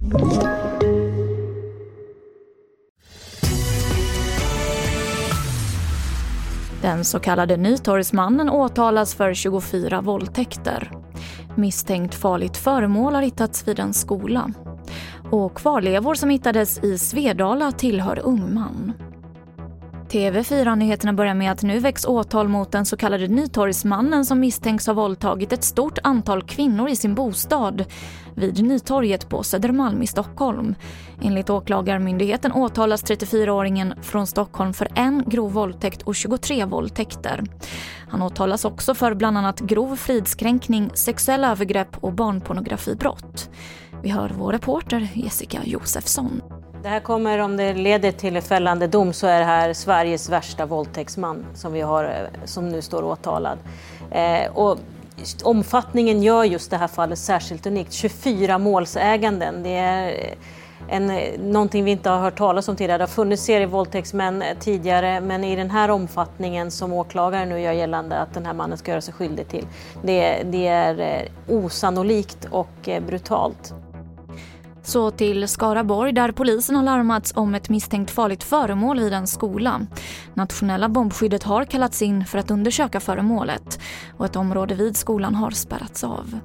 Den så kallade Nytorgsmannen åtalas för 24 våldtäkter. Misstänkt farligt föremål har hittats vid en skola. Och kvarlevor som hittades i Svedala tillhör ung man. TV4-nyheterna börjar med att nu väcks åtal mot den så kallade Nytorgsmannen som misstänks ha våldtagit ett stort antal kvinnor i sin bostad vid Nytorget på Södermalm i Stockholm. Enligt åklagarmyndigheten åtalas 34-åringen från Stockholm för 1 grov våldtäkt och 23 våldtäkter. Han åtalas också för bland annat grov fridskränkning, sexuella övergrepp och barnpornografibrott. Vi hör vår reporter Jessica Josefsson. Det här kommer, om det leder till fällande dom, så är det här Sveriges värsta våldtäktsman som vi har, som nu står åtalad. Och omfattningen gör just det här fallet särskilt unikt. 24 målsäganden, det är någonting vi inte har hört talas om tidigare. Det har funnits serievåldtäktsmän tidigare, men i den här omfattningen som åklagaren nu gör gällande att den här mannen ska göra sig skyldig till. Det är osannolikt och brutalt. Så till Skaraborg där polisen har larmats om ett misstänkt farligt föremål vid en skola. Nationella bombskyddet har kallats in för att undersöka föremålet och ett område vid skolan har spärrats av.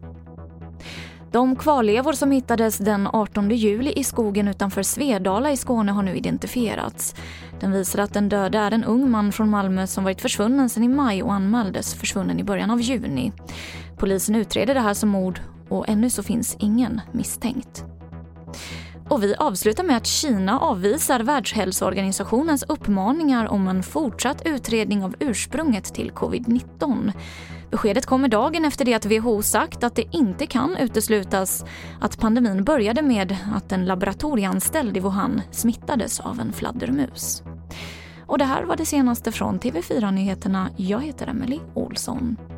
De kvarlevor som hittades den 18 juli i skogen utanför Svedala i Skåne har nu identifierats. Den visar att den döde är en ung man från Malmö som varit försvunnen sedan i maj och anmäldes försvunnen i början av juni. Polisen utreder det här som mord och ännu så finns ingen misstänkt. Och vi avslutar med att Kina avvisar Världshälsoorganisationens uppmaningar om en fortsatt utredning av ursprunget till covid-19. Beskedet kommer dagen efter det att WHO sagt att det inte kan uteslutas att pandemin började med att en laboratorieanställd i Wuhan smittades av en fladdermus. Och det här var det senaste från TV4-nyheterna. Jag heter Emily Olsson.